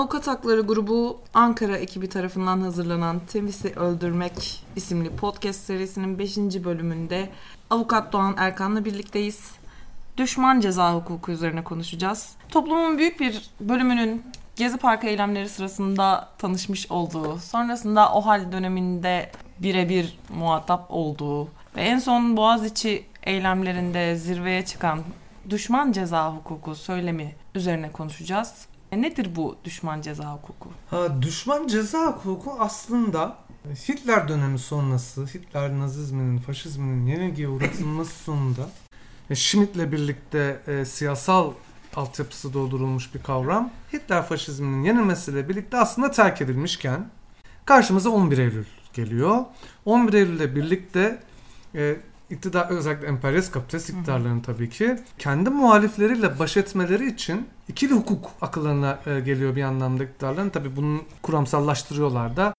Avukat Hakları Grubu Ankara ekibi tarafından hazırlanan Temiz'i Öldürmek isimli podcast serisinin 5. bölümünde Avukat Doğan Erkan'la birlikteyiz. Düşman ceza hukuku üzerine konuşacağız. Toplumun büyük bir bölümünün Gezi Parkı eylemleri sırasında tanışmış olduğu, sonrasında OHAL döneminde birebir muhatap olduğu ve en son Boğaziçi eylemlerinde zirveye çıkan düşman ceza hukuku söylemi üzerine konuşacağız. Nedir bu düşman ceza hukuku? Düşman ceza hukuku aslında Hitler dönemi sonrası, Hitler nazizminin, faşizminin yenilgiye uğratılması sonunda Schmitt'le birlikte siyasal altyapısı doldurulmuş bir kavram. Hitler faşizminin yenilmesiyle birlikte aslında terk edilmişken karşımıza 11 Eylül geliyor. 11 Eylül'le birlikte iktidar, özellikle emperyalist kapitalist iktidarların tabii ki kendi muhalifleriyle baş etmeleri için ikili hukuk akıllarına geliyor bir anlamda iktidarların. Tabii bunu kuramsallaştırıyorlar da.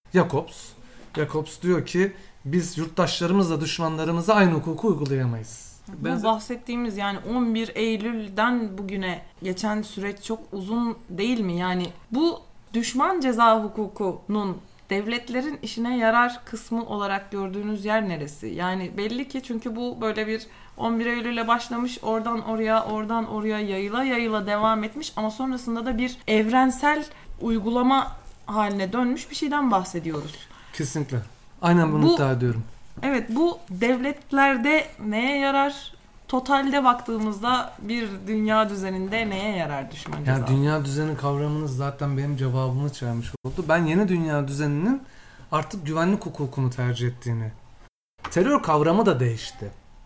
Jacobs diyor ki biz yurttaşlarımızla düşmanlarımıza aynı hukuku uygulayamayız. Bu bahsettiğimiz yani 11 Eylül'den bugüne geçen süreç çok uzun değil mi? Yani bu düşman ceza hukukunun devletlerin işine yarar kısmı olarak gördüğünüz yer neresi? Yani belli ki çünkü bu böyle bir 11 Eylül'e başlamış, oradan oraya yayıla devam etmiş ama sonrasında da bir evrensel uygulama haline dönmüş bir şeyden bahsediyoruz. Kesinlikle. Aynen bunu iddia ediyorum. Evet, bu devletlerde neye yarar? Totalde baktığımızda bir dünya düzeninde neye yarar düşman ceza? Yani dünya düzeni kavramınız zaten benim cevabımı çağırmış oldu. Ben yeni dünya düzeninin artık güvenlik hukukunu tercih ettiğini. Terör kavramı da değişti.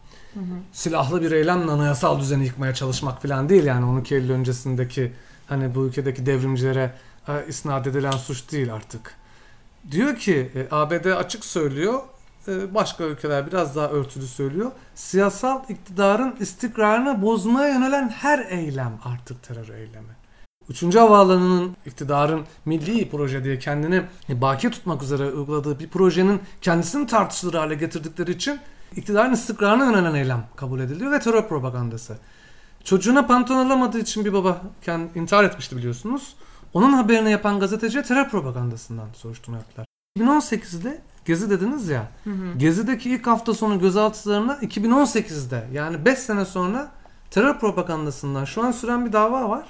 Silahlı bir eylemle anayasal düzeni yıkmaya çalışmak falan değil yani 12 Eylül öncesindeki hani bu ülkedeki devrimcilere isnat edilen suç değil artık. Diyor ki ABD açık söylüyor. Başka ülkeler biraz daha örtülü söylüyor. Siyasal iktidarın istikrarını bozmaya yönelen her eylem artık terör eylemi. 3. Havaalanı'nın iktidarın milli proje diye kendini baki tutmak üzere uyguladığı bir projenin kendisini tartışılır hale getirdikleri için iktidarın istikrarına yönelen eylem kabul ediliyor ve terör propagandası. Çocuğuna pantolon alamadığı için bir baba intihar etmişti biliyorsunuz. Onun haberini yapan gazeteciye terör propagandasından soruşturma yaptılar. 2018'de Gezi dediniz ya. Gezi'deki ilk hafta sonu gözaltılarına 2018'de yani 5 sene sonra terör propagandasından şu an süren bir dava var.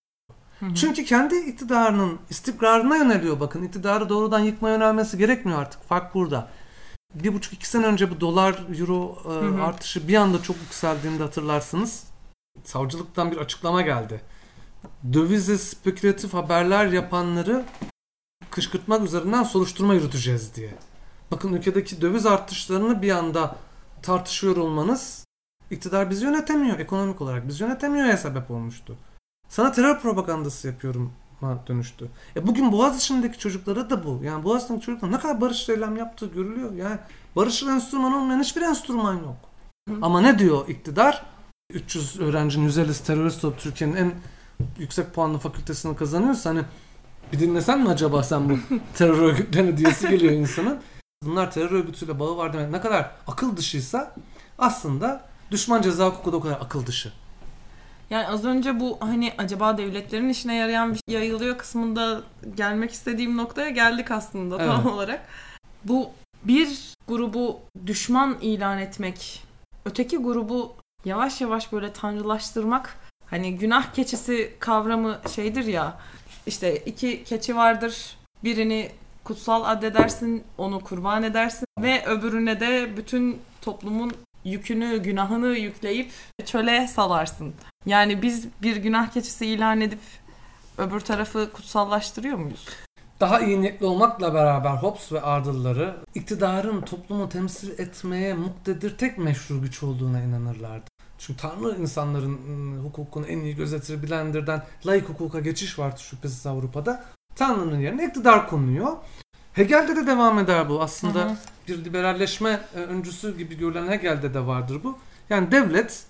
Çünkü kendi iktidarının istikrarına yöneliyor bakın. İktidarı doğrudan yıkmaya yönelmesi gerekmiyor artık. Fark burada. 1,5-2 sene önce bu dolar euro artışı bir anda çok yükseldiğinde hatırlarsınız. Savcılıktan bir açıklama geldi. Dövize spekülatif haberler yapanları kışkırtmak üzerinden soruşturma yürüteceğiz diye. Bakın ülkedeki döviz artışlarını bir anda tartışıyor olmanız iktidar bizi yönetemiyor. Ekonomik olarak bizi yönetemiyor'ya sebep olmuştu. Sana terör propagandası yapıyorum dönüştü. Bugün Boğaziçi'ndeki çocuklara da bu. Yani Boğaziçi'ndeki çocuklar ne kadar barışçı eylem yaptığı görülüyor. Yani barışçıl enstrüman olmayan hiçbir enstrüman yok. Ama ne diyor iktidar? 300 öğrencinin 150'si terörist olup Türkiye'nin en yüksek puanlı fakültesini kazanıyorsa hani bir dinlesen mi acaba sen bu terör örgütlerini diyesi geliyor insanın. Bunlar terör örgütüyle bağı var demek ne kadar akıl dışıysa aslında düşman ceza hukuku da o kadar akıl dışı. Yani az önce bu hani acaba devletlerin işine yarayan bir şey yayılıyor kısmında gelmek istediğim noktaya geldik aslında tam olarak. Bu bir grubu düşman ilan etmek, öteki grubu yavaş yavaş böyle tanrılaştırmak, hani günah keçisi kavramı şeydir ya, işte 2 keçi vardır, birini kutsal addedersin, onu kurban edersin ve öbürüne de bütün toplumun yükünü, günahını yükleyip çöle salarsın. Yani biz bir günah keçisi ilan edip öbür tarafı kutsallaştırıyor muyuz? Daha iyi niyetli olmakla beraber Hobbes ve ardılları iktidarın toplumu temsil etmeye muktedir tek meşru güç olduğuna inanırlardı. Çünkü Tanrı insanların hukukunu en iyi gözetir bilendirden laik hukuka geçiş vardı şüphesiz Avrupa'da. Tanrı'nın yerine iktidar konuluyor. Hegel'de de devam eder bu. Aslında bir liberalleşme öncüsü gibi görülen Hegel'de de vardır bu. Yani devlet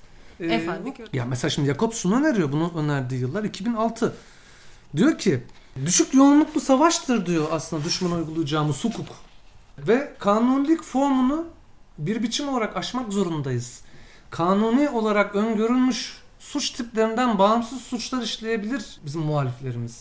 ya mesela şimdi Jacob şunu öneriyor. Bunu önerdiği yıllar 2006. Diyor ki düşük yoğunluklu savaştır diyor aslında düşmana uygulayacağımız hukuk. Ve kanunilik formunu bir biçim olarak aşmak zorundayız. Kanuni olarak öngörülmüş suç tiplerinden bağımsız suçlar işleyebilir bizim muhaliflerimiz.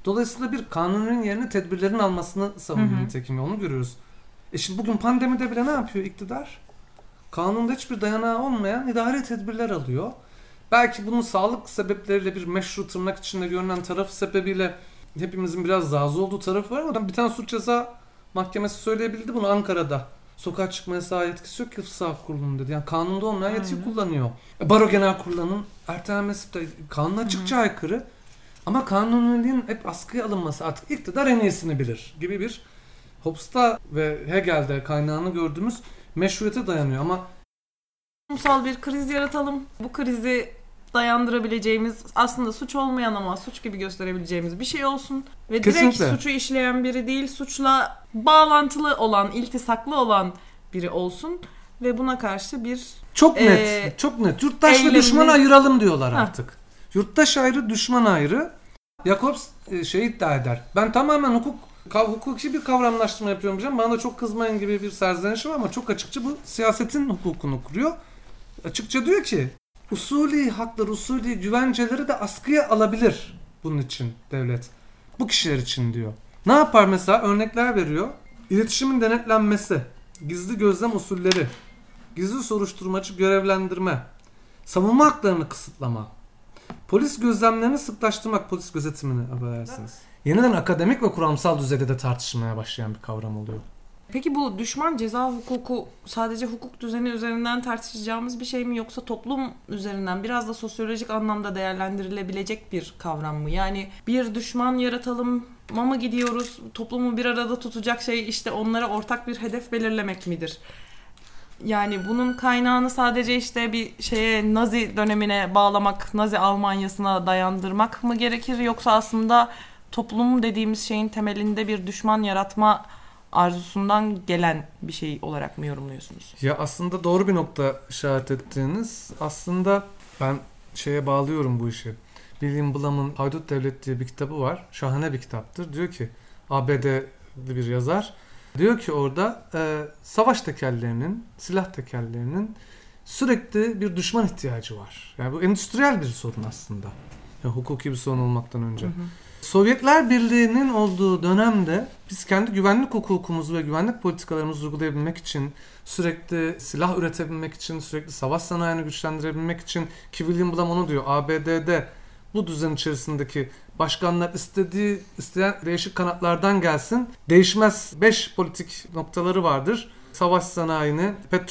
Dolayısıyla bir kanunun yerine tedbirlerin almasını savunuyor nitekim. Onu görüyoruz. Şimdi bugün pandemide bile ne yapıyor iktidar? Kanunda hiçbir dayanağı olmayan idari tedbirler alıyor. Belki bunun sağlık sebepleriyle bir meşru tırnak içinde görünen tarafı sebebiyle hepimizin biraz razı olduğu tarafı var ama bir tane suç ceza mahkemesi söyleyebildi bunu Ankara'da. Sokağa çıkma yasağı yetkisi yok ki Sağlık Kurulu'nun dedi. Yani kanunda olmayan yetki kullanıyor. Baro Genel Kurulu'nun ertelenmesi de kanuna açıkça aykırı. Ama kanuniliğin hep askıya alınması artık iktidar en iyisini bilir gibi bir Hobbes'ta ve Hegel'de kaynağını gördüğümüz meşruiyete dayanıyor ama toplumsal bir kriz yaratalım. Bu krizi dayandırabileceğimiz, aslında suç olmayan ama suç gibi gösterebileceğimiz bir şey olsun. Ve kesinlikle direkt suçu işleyen biri değil, suçla bağlantılı olan, iltisaklı olan biri olsun. Ve buna karşı bir çok net. Yurttaşla düşman ayıralım diyorlar artık. Yurttaş ayrı, düşman ayrı. Jacobs iddia eder. Ben tamamen hukuki bir kavramlaştırma yapıyorum diyeceğim. Bana da çok kızmayın gibi bir serzenişi var ama çok açıkça bu siyasetin hukukunu kuruyor. Açıkça diyor ki usulî haklar, usulî güvenceleri de askıya alabilir bunun için devlet. Bu kişiler için diyor. Ne yapar mesela? Örnekler veriyor. İletişimin denetlenmesi, gizli gözlem usulleri, gizli soruşturmacı görevlendirme, savunma haklarını kısıtlama, polis gözlemlerini sıklaştırmak, polis gözetimini affedersiniz. Yeniden akademik ve kuramsal düzeyde de tartışılmaya başlayan bir kavram oluyor. Peki bu düşman ceza hukuku sadece hukuk düzeni üzerinden tartışacağımız bir şey mi, yoksa toplum üzerinden biraz da sosyolojik anlamda değerlendirilebilecek bir kavram mı? Yani bir düşman yaratalım mı gidiyoruz, toplumu bir arada tutacak şey işte onlara ortak bir hedef belirlemek midir? Yani bunun kaynağını sadece işte bir şeye, Nazi dönemine bağlamak, Nazi Almanyası'na dayandırmak mı gerekir, yoksa aslında toplum dediğimiz şeyin temelinde bir düşman yaratma arzusundan gelen bir şey olarak mı yorumluyorsunuz? Ya aslında doğru bir nokta işaret ettiğiniz. Aslında ben bağlıyorum bu işi. William Blum'un Haydut Devlet diye bir kitabı var. Şahane bir kitaptır. Diyor ki ABD'li bir yazar. Diyor ki orada savaş tekerlerinin, silah tekerlerinin sürekli bir düşman ihtiyacı var. Yani bu endüstriyel bir sorun aslında. Yani hukuki bir sorun olmaktan önce. Sovyetler Birliği'nin olduğu dönemde biz kendi güvenlik hukukumuzu ve güvenlik politikalarımızı uygulayabilmek için, sürekli silah üretebilmek için, sürekli savaş sanayini güçlendirebilmek için, ki William Blum onu diyor, ABD'de bu düzen içerisindeki başkanlar isteyen değişik kanatlardan gelsin, değişmez 5 politik noktaları vardır. Savaş sanayini,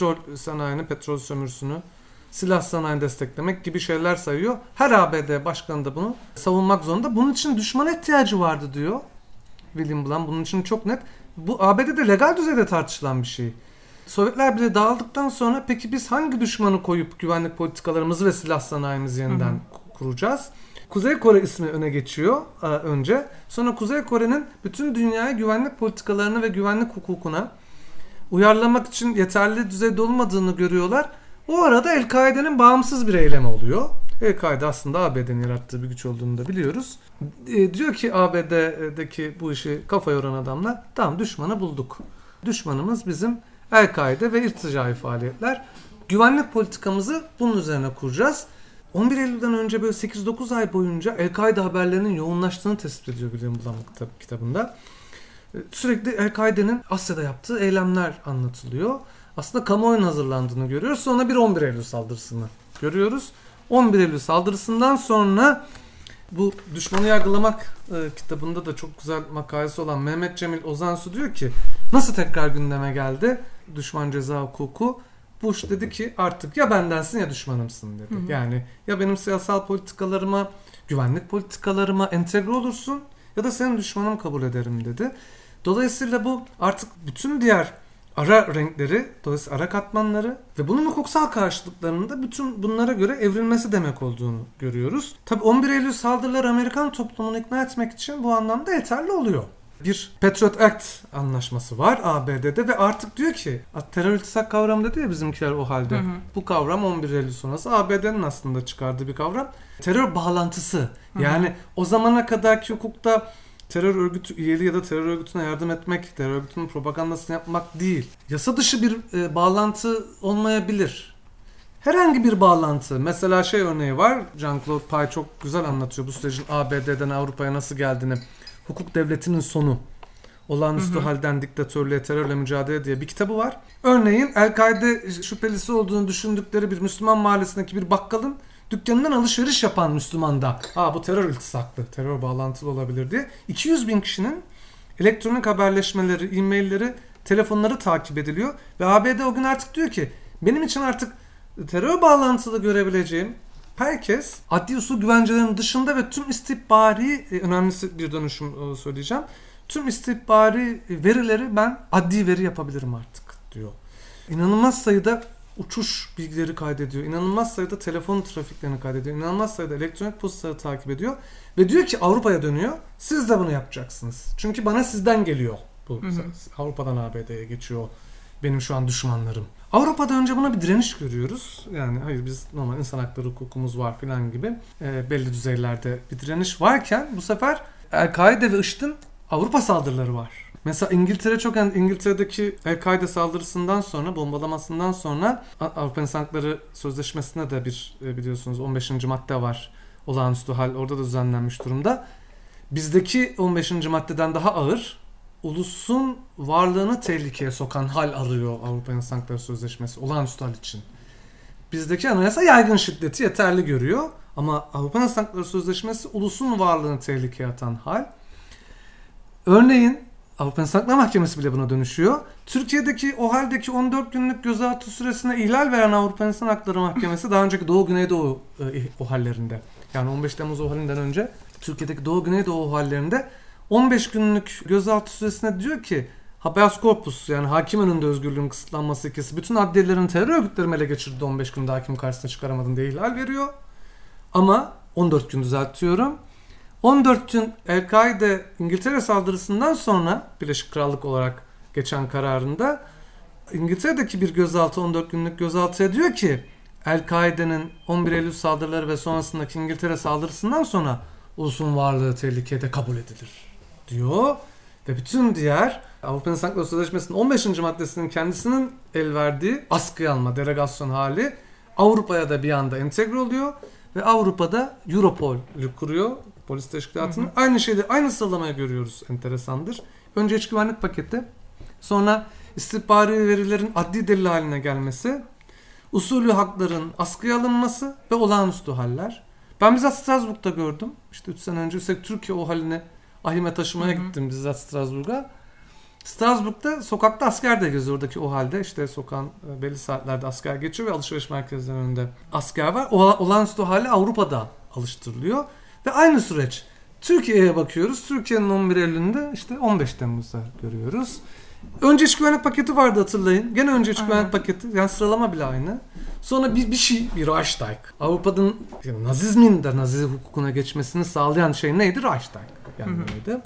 petrol sömürüsünü, silah sanayini desteklemek gibi şeyler sayıyor. Her ABD başkanı da bunu savunmak zorunda. Bunun için düşmana ihtiyacı vardı diyor William Blum. Bunun için çok net. Bu ABD'de legal düzeyde tartışılan bir şey. Sovyetler bile dağıldıktan sonra peki biz hangi düşmanı koyup güvenlik politikalarımızı ve silah sanayimizi yeniden kuracağız? Kuzey Kore ismi öne geçiyor önce. Sonra Kuzey Kore'nin bütün dünyaya güvenlik politikalarını ve güvenlik hukukuna uyarlamak için yeterli düzeyde olmadığını görüyorlar. O arada El-Kaide'nin bağımsız bir eylemi oluyor. El-Kaide aslında ABD'nin yarattığı bir güç olduğunu da biliyoruz. Diyor ki ABD'deki bu işi kafa yoran adamlar, tamam düşmanı bulduk. Düşmanımız bizim El-Kaide ve irticai faaliyetler. Güvenlik politikamızı bunun üzerine kuracağız. 11 Eylül'den önce böyle 8-9 ay boyunca El-Kaide haberlerinin yoğunlaştığını tespit ediyor William Blum kitabında. Sürekli El-Kaide'nin Asya'da yaptığı eylemler anlatılıyor. Aslında kamuoyunun hazırlandığını görüyoruz. Sonra bir 11 Eylül saldırısını görüyoruz. 11 Eylül saldırısından sonra bu Düşmanı Yargılamak kitabında da çok güzel makalesi olan Mehmet Cemil Ozansu diyor ki nasıl tekrar gündeme geldi düşman ceza hukuku? Bush dedi ki artık ya bendensin ya düşmanımsın dedi. Yani ya benim siyasal politikalarıma, güvenlik politikalarıma entegre olursun ya da senin düşmanım kabul ederim dedi. Dolayısıyla bu artık bütün diğer ara renkleri, dolayısıyla ara katmanları ve bunun hukuksal karşılıklarının da bütün bunlara göre evrilmesi demek olduğunu görüyoruz. Tabii 11 Eylül saldırıları Amerikan toplumunu ikna etmek için bu anlamda yeterli oluyor. Bir Patriot Act anlaşması var ABD'de ve artık diyor ki terör iltisak kavramı dedi ya bizimkiler o halde. Bu kavram 11 Eylül sonrası ABD'nin aslında çıkardığı bir kavram. Terör bağlantısı. Yani o zamana kadarki hukukta terör örgütü üyeliği ya da terör örgütüne yardım etmek, terör örgütünün propagandasını yapmak değil. Yasa dışı bir bağlantı olmayabilir. Herhangi bir bağlantı. Mesela örneği var. Jean-Claude Pye çok güzel anlatıyor bu sürecin ABD'den Avrupa'ya nasıl geldiğini. Hukuk Devleti'nin Sonu. Olağanüstü halden diktatörlüğe, terörle mücadele diye bir kitabı var. Örneğin El-Kaide şüphelisi olduğunu düşündükleri bir Müslüman mahallesindeki bir bakkalın dükkanından alışveriş yapan Müslüman da bu terör iltisaklı, terör bağlantılı olabilir diye 200 bin kişinin elektronik haberleşmeleri, e-mailleri, telefonları takip ediliyor. Ve ABD o gün artık diyor ki benim için artık terör bağlantılı görebileceğim herkes adli usul güvencelerinin dışında ve tüm istihbari, önemlisi bir dönüşüm söyleyeceğim. Tüm istihbari verileri ben adli veri yapabilirim artık diyor. İnanılmaz sayıda uçuş bilgileri kaydediyor. İnanılmaz sayıda telefon trafiklerini kaydediyor. İnanılmaz sayıda elektronik postaları takip ediyor. Ve diyor ki Avrupa'ya dönüyor. Siz de bunu yapacaksınız. Çünkü bana sizden geliyor. Bu Avrupa'dan ABD'ye geçiyor benim şu an düşmanlarım. Avrupa'da önce buna bir direniş görüyoruz. Yani hayır biz normal insan hakları hukukumuz var filan gibi belli düzeylerde bir direniş varken bu sefer El-Kaide ve IŞİD'in Avrupa saldırıları var. Mesela İngiltere'deki El-Kaide saldırısından sonra, bombalamasından sonra Avrupa İnsan Hakları Sözleşmesi'nde de bir biliyorsunuz 15. madde var. Olağanüstü hal orada da düzenlenmiş durumda. Bizdeki 15. maddeden daha ağır, ulusun varlığını tehlikeye sokan hal alıyor Avrupa İnsan Hakları Sözleşmesi olağanüstü hal için. Bizdeki anayasa yaygın şiddeti yeterli görüyor ama Avrupa İnsan Hakları Sözleşmesi ulusun varlığını tehlikeye atan hal. Örneğin Avrupa İnsan Hakları Mahkemesi bile buna dönüşüyor. Türkiye'deki o haldeki 14 günlük gözaltı süresine ihlal veren Avrupa İnsan Hakları Mahkemesi daha önceki Doğu Güneydoğu o hallerinde, yani 15 Temmuz o halinden önce Türkiye'deki Doğu Güneydoğu o hallerinde 15 günlük gözaltı süresine diyor ki habeas corpus, yani hakim önünde özgürlüğün kısıtlanması ilkesi, bütün adliyelerin terör örgütleri ele geçirdi 15 günde hakim karşısına çıkaramadın diye ihlal veriyor. Ama 14 gün düzeltiyorum. 14 gün El-Kaide İngiltere saldırısından sonra Birleşik Krallık olarak geçen kararında İngiltere'deki bir gözaltı 14 günlük gözaltıya diyor ki El-Kaide'nin 11 Eylül saldırıları ve sonrasındaki İngiltere saldırısından sonra ulusun varlığı tehlikede kabul edilir diyor. Ve bütün diğer Avrupa İnsan Hakları Sözleşmesi'nin 15. maddesinin kendisinin el verdiği askıya alma, delegasyon hali Avrupa'ya da bir anda entegre oluyor ve Avrupa'da Europol'ü kuruyor. Polis teşkilatını. Aynı şeyde, aynı sıralamaya görüyoruz. Enteresandır. Önce iç güvenlik paketi, sonra istihbari verilerin adli delil haline gelmesi, usulü hakların askıya alınması ve olağanüstü haller. Ben bizzat Strasbourg'da gördüm. İşte 3 sene önce Türkiye o haline ahime taşımaya gittim bizzat Strasbourg'a. Strasbourg'da sokakta asker de geziyor oradaki o halde. İşte sokağın belli saatlerde asker geçiyor ve alışveriş merkezlerinin önünde asker var. Olağanüstü hali Avrupa'da alıştırılıyor. Ve aynı süreç. Türkiye'ye bakıyoruz. Türkiye'nin 11 Eylül'ünde işte 15 Temmuz'da görüyoruz. Önce iç güvenlik paketi vardı hatırlayın. Gene önce iç güvenlik paketi. Yani sıralama bile aynı. Sonra bir Reichstag. Avrupa'nın Nazizmin de Nazi hukukuna geçmesini sağlayan şey neydi? Reichstag. Yani neydi?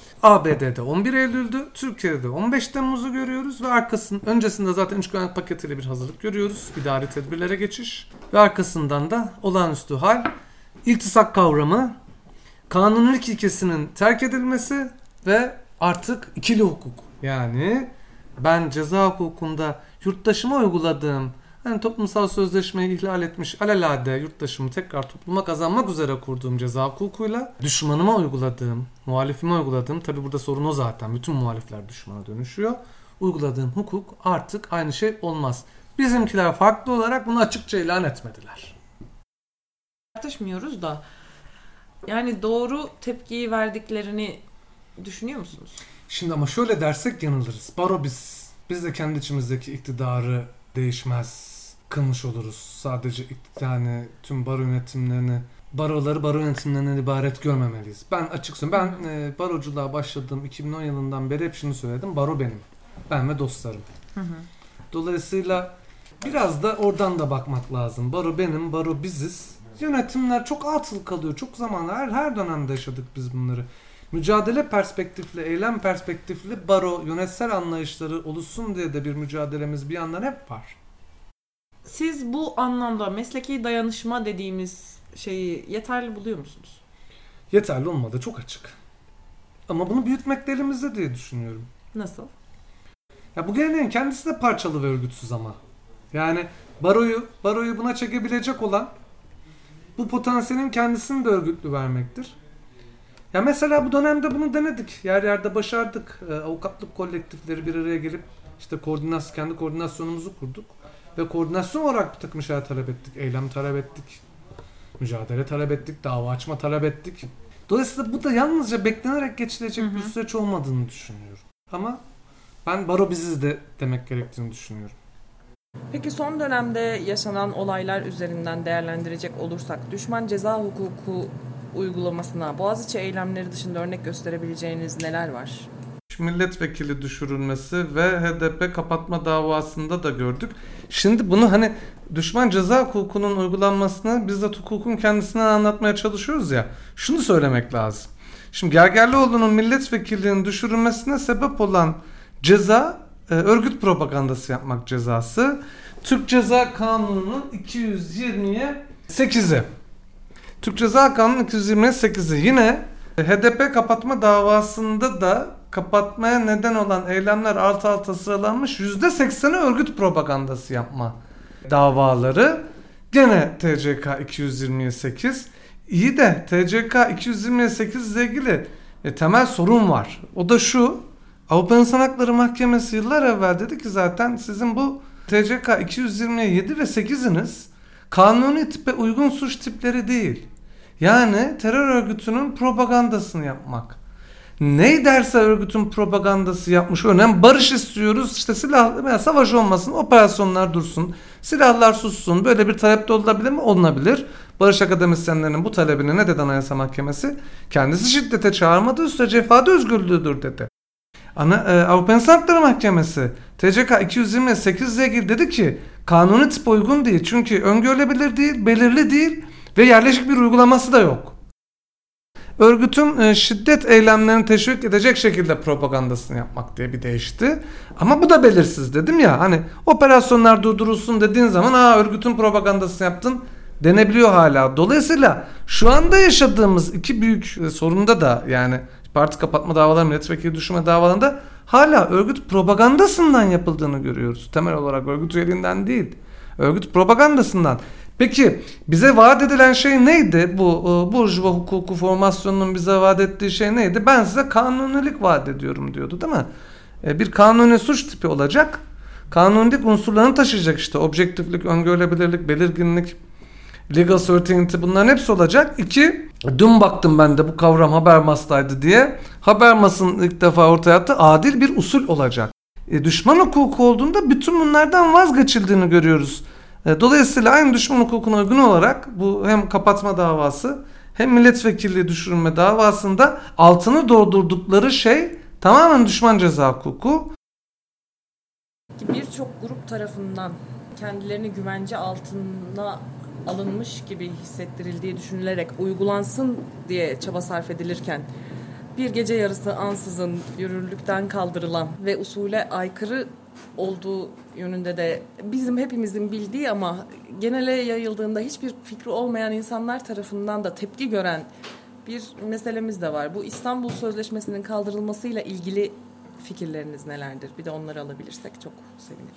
ABD'de 11 Eylül'dü. Türkiye'de 15 Temmuz'u görüyoruz ve öncesinde zaten iç güvenlik paketiyle bir hazırlık görüyoruz. İdari tedbirlere geçiş. Ve arkasından da olağanüstü hal, İltisak kavramı, kanunun ilkesinin terk edilmesi ve artık ikili hukuk. Yani ben ceza hukukunda yurttaşıma uyguladığım toplumsal sözleşmeyi ihlal etmiş alelade yurttaşımı tekrar topluma kazanmak üzere kurduğum ceza hukukuyla düşmanıma uyguladığım, muhalifime uyguladığım, tabi burada sorun o zaten, bütün muhalifler düşmana dönüşüyor. Uyguladığım hukuk artık aynı şey olmaz. Bizimkiler farklı olarak bunu açıkça ilan etmediler. Tartışmıyoruz da yani doğru tepkiyi verdiklerini düşünüyor musunuz? Şimdi ama şöyle dersek yanılırız. Baro biz de kendi içimizdeki iktidarı değişmez kılmış oluruz. Sadece yani tüm baro yönetimlerini, baroları baro yönetimlerinden ibaret görmemeliyiz. Ben açık söyleyeyim. Ben baroculuğa başladığım 2010 yılından beri hep şunu söyledim. Baro benim. Ben ve dostlarım. Dolayısıyla biraz da oradan da bakmak lazım. Baro benim, baro biziz. Yönetimler çok atıl kalıyor. Çok zamanlar her dönemde yaşadık biz bunları. Mücadele perspektifli, eylem perspektifli baro, yönetsel anlayışları oluşsun diye de bir mücadelemiz bir yandan hep var. Siz bu anlamda mesleki dayanışma dediğimiz şeyi yeterli buluyor musunuz? Yeterli olmadı, çok açık. Ama bunu büyütmek de elimizde diye düşünüyorum. Nasıl? Ya bu geleneğin kendisi de parçalı ve örgütsüz ama. Yani baroyu buna çekebilecek olan bu potansiyelin kendisini de örgütlü vermektir. Ya mesela bu dönemde bunu denedik. Yer yerde başardık. Avukatlık kolektifleri bir araya gelip işte kendi koordinasyonumuzu kurduk. Ve koordinasyon olarak bir takım şeyler talep ettik. Eylem talep ettik. Mücadele talep ettik. Dava açma talep ettik. Dolayısıyla bu da yalnızca beklenerek geçilecek bir süreç olmadığını düşünüyorum. Ama ben baro biziz de demek gerektiğini düşünüyorum. Peki son dönemde yaşanan olaylar üzerinden değerlendirecek olursak düşman ceza hukuku uygulamasına Boğaziçi eylemleri dışında örnek gösterebileceğiniz neler var? Milletvekili düşürülmesi ve HDP kapatma davasında da gördük. Şimdi bunu hani düşman ceza hukukunun uygulanmasını bizzat hukukun kendisinden anlatmaya çalışıyoruz ya. Şunu söylemek lazım. Şimdi Gergerlioğlu'nun milletvekilliğinin düşürülmesine sebep olan ceza örgüt propagandası yapmak cezası. Türk Ceza Kanunu'nun 220'ye 8'i. Türk Ceza Kanunu'nun 220'ye 8'i. Yine HDP kapatma davasında da kapatmaya neden olan eylemler alt alta sıralanmış. %80'i örgüt propagandası yapma davaları. Gene TCK 220'ye 8. İyi de TCK 220'ye 8 ile ilgili temel sorun var. O da şu. Avrupa İnsan Hakları Mahkemesi yıllar evvel dedi ki zaten sizin bu TCK 220'ye 7 ve 8'iniz kanuni tipe uygun suç tipleri değil. Yani terör örgütünün propagandasını yapmak. Ne derse örgütün propagandası yapmış. Örneğin barış istiyoruz, işte silahlı veya savaş olmasın, operasyonlar dursun, silahlar sussun. Böyle bir talep de olabilir mi? Olunabilir. Barış akademisyenlerinin bu talebini ne dedi Anayasa Mahkemesi? Kendisi şiddete çağırmadığı sürece ifade özgürlüğüdür dedi. Avrupa İnsan Hakları Mahkemesi TCK 228 ile ilgili dedi ki kanuni tip uygun değil. Çünkü öngörülebilir değil, belirli değil ve yerleşik bir uygulaması da yok. Örgütün şiddet eylemlerini teşvik edecek şekilde propagandasını yapmak diye bir değişti. Ama bu da belirsiz dedim ya, hani operasyonlar durdurulsun dediğin zaman örgütün propagandasını yaptın denebiliyor hala. Dolayısıyla şu anda yaşadığımız iki büyük sorunda da, yani parti kapatma davaları, milletvekili düşürme davalarında hala örgüt propagandasından yapıldığını görüyoruz. Temel olarak örgüt üyeliğinden değil, örgüt propagandasından. Peki bize vaat edilen şey neydi? Bu burjuva hukuku formasyonunun bize vaat ettiği şey neydi? Ben size kanunilik vaat ediyorum diyordu, değil mi? Bir kanuni suç tipi olacak. Kanunilik unsurlarını taşıyacak, işte objektiflik, öngörülebilirlik, belirginlik, legal certainty, bunların hepsi olacak. 2. Dün baktım ben de bu kavram Habermas'taydı diye. Habermas'ın ilk defa ortaya attığı adil bir usul olacak. Düşman hukuku olduğunda bütün bunlardan vazgeçildiğini görüyoruz. Dolayısıyla aynı düşman hukukuna uygun olarak bu hem kapatma davası hem milletvekilliği düşürülme davasında altını doldurdukları şey tamamen düşman ceza hukuku. Birçok grup tarafından kendilerini güvence altına alınmış gibi hissettirildiği düşünülerek uygulansın diye çaba sarf edilirken bir gece yarısı ansızın yürürlükten kaldırılan ve usule aykırı olduğu yönünde de bizim hepimizin bildiği ama genele yayıldığında hiçbir fikri olmayan insanlar tarafından da tepki gören bir meselemiz de var. Bu İstanbul Sözleşmesi'nin kaldırılmasıyla ilgili fikirleriniz nelerdir? Bir de onları alabilirsek çok sevinirim.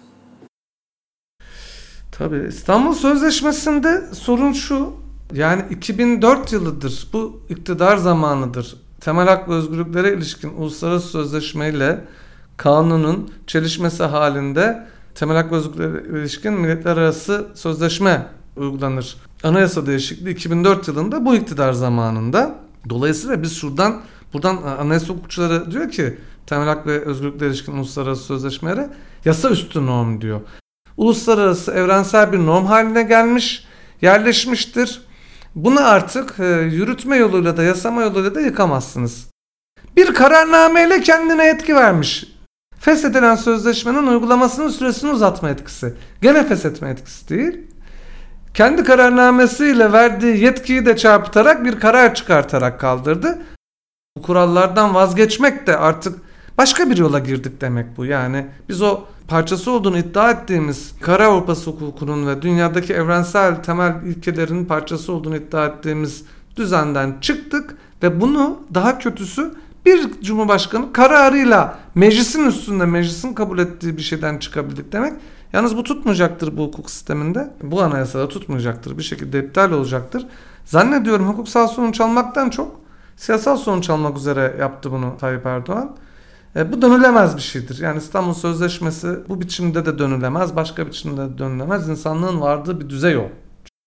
Tabii İstanbul Sözleşmesi'nde sorun şu, yani 2004 yılıdır, bu iktidar zamanıdır. Temel hak ve özgürlüklere ilişkin uluslararası sözleşmeyle kanunun çelişmesi halinde temel hak ve özgürlüklere ilişkin milletler arası sözleşme uygulanır. Anayasa değişikliği 2004 yılında, bu iktidar zamanında. Dolayısıyla biz buradan anayasa hukukçuları diyor ki temel hak ve özgürlüklere ilişkin uluslararası sözleşmelere yasa üstü norm diyor. Uluslararası evrensel bir norm haline gelmiş, yerleşmiştir. Bunu artık yürütme yoluyla da yasama yoluyla da yıkamazsınız. Bir kararnameyle kendine yetki vermiş. Feshedilen sözleşmenin uygulamasının süresini uzatma etkisi. Gene feshetme etkisi değil. Kendi kararnamesiyle verdiği yetkiyi de çarpıtarak bir karar çıkartarak kaldırdı. Bu kurallardan vazgeçmek de artık başka bir yola girdik demek bu. Yani biz o parçası olduğunu iddia ettiğimiz Kara Avrupası hukukunun ve dünyadaki evrensel temel ilkelerin parçası olduğunu iddia ettiğimiz düzenden çıktık ve bunu, daha kötüsü, bir cumhurbaşkanı kararıyla meclisin üstünde, meclisin kabul ettiği bir şeyden çıkabildik demek. Yalnız bu tutmayacaktır bu hukuk sisteminde. Bu anayasada tutmayacaktır. Bir şekilde iptal olacaktır. Zannediyorum hukuksal sonuç almaktan çok Siyasal sonuç almak üzere yaptı bunu Tayyip Erdoğan. Bu dönülemez bir şeydir. Yani İstanbul Sözleşmesi bu biçimde de dönülemez, başka biçimde de dönülemez. İnsanlığın vardığı bir düzey o.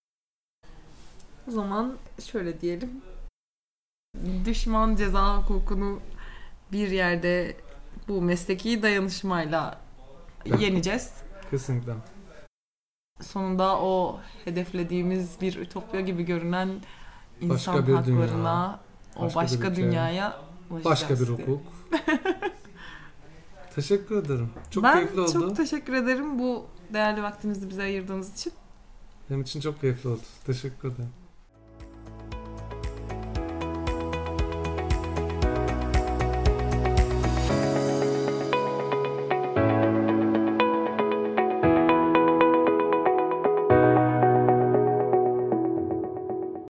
O zaman şöyle diyelim. Düşman ceza hukukunu bir yerde bu mesleki dayanışmayla yeneceğiz. Kesinlikle. Sonunda o hedeflediğimiz bir ütopya gibi görünen insan Başka bir haklarına, dünya, o başka dünyaya ulaşacağız. başka bir hukuk. Teşekkür ederim. Çok ben keyifli oldu. Ben çok teşekkür ederim bu değerli vaktinizi bize ayırdığınız için. Benim için çok keyifli oldu. Teşekkür ederim.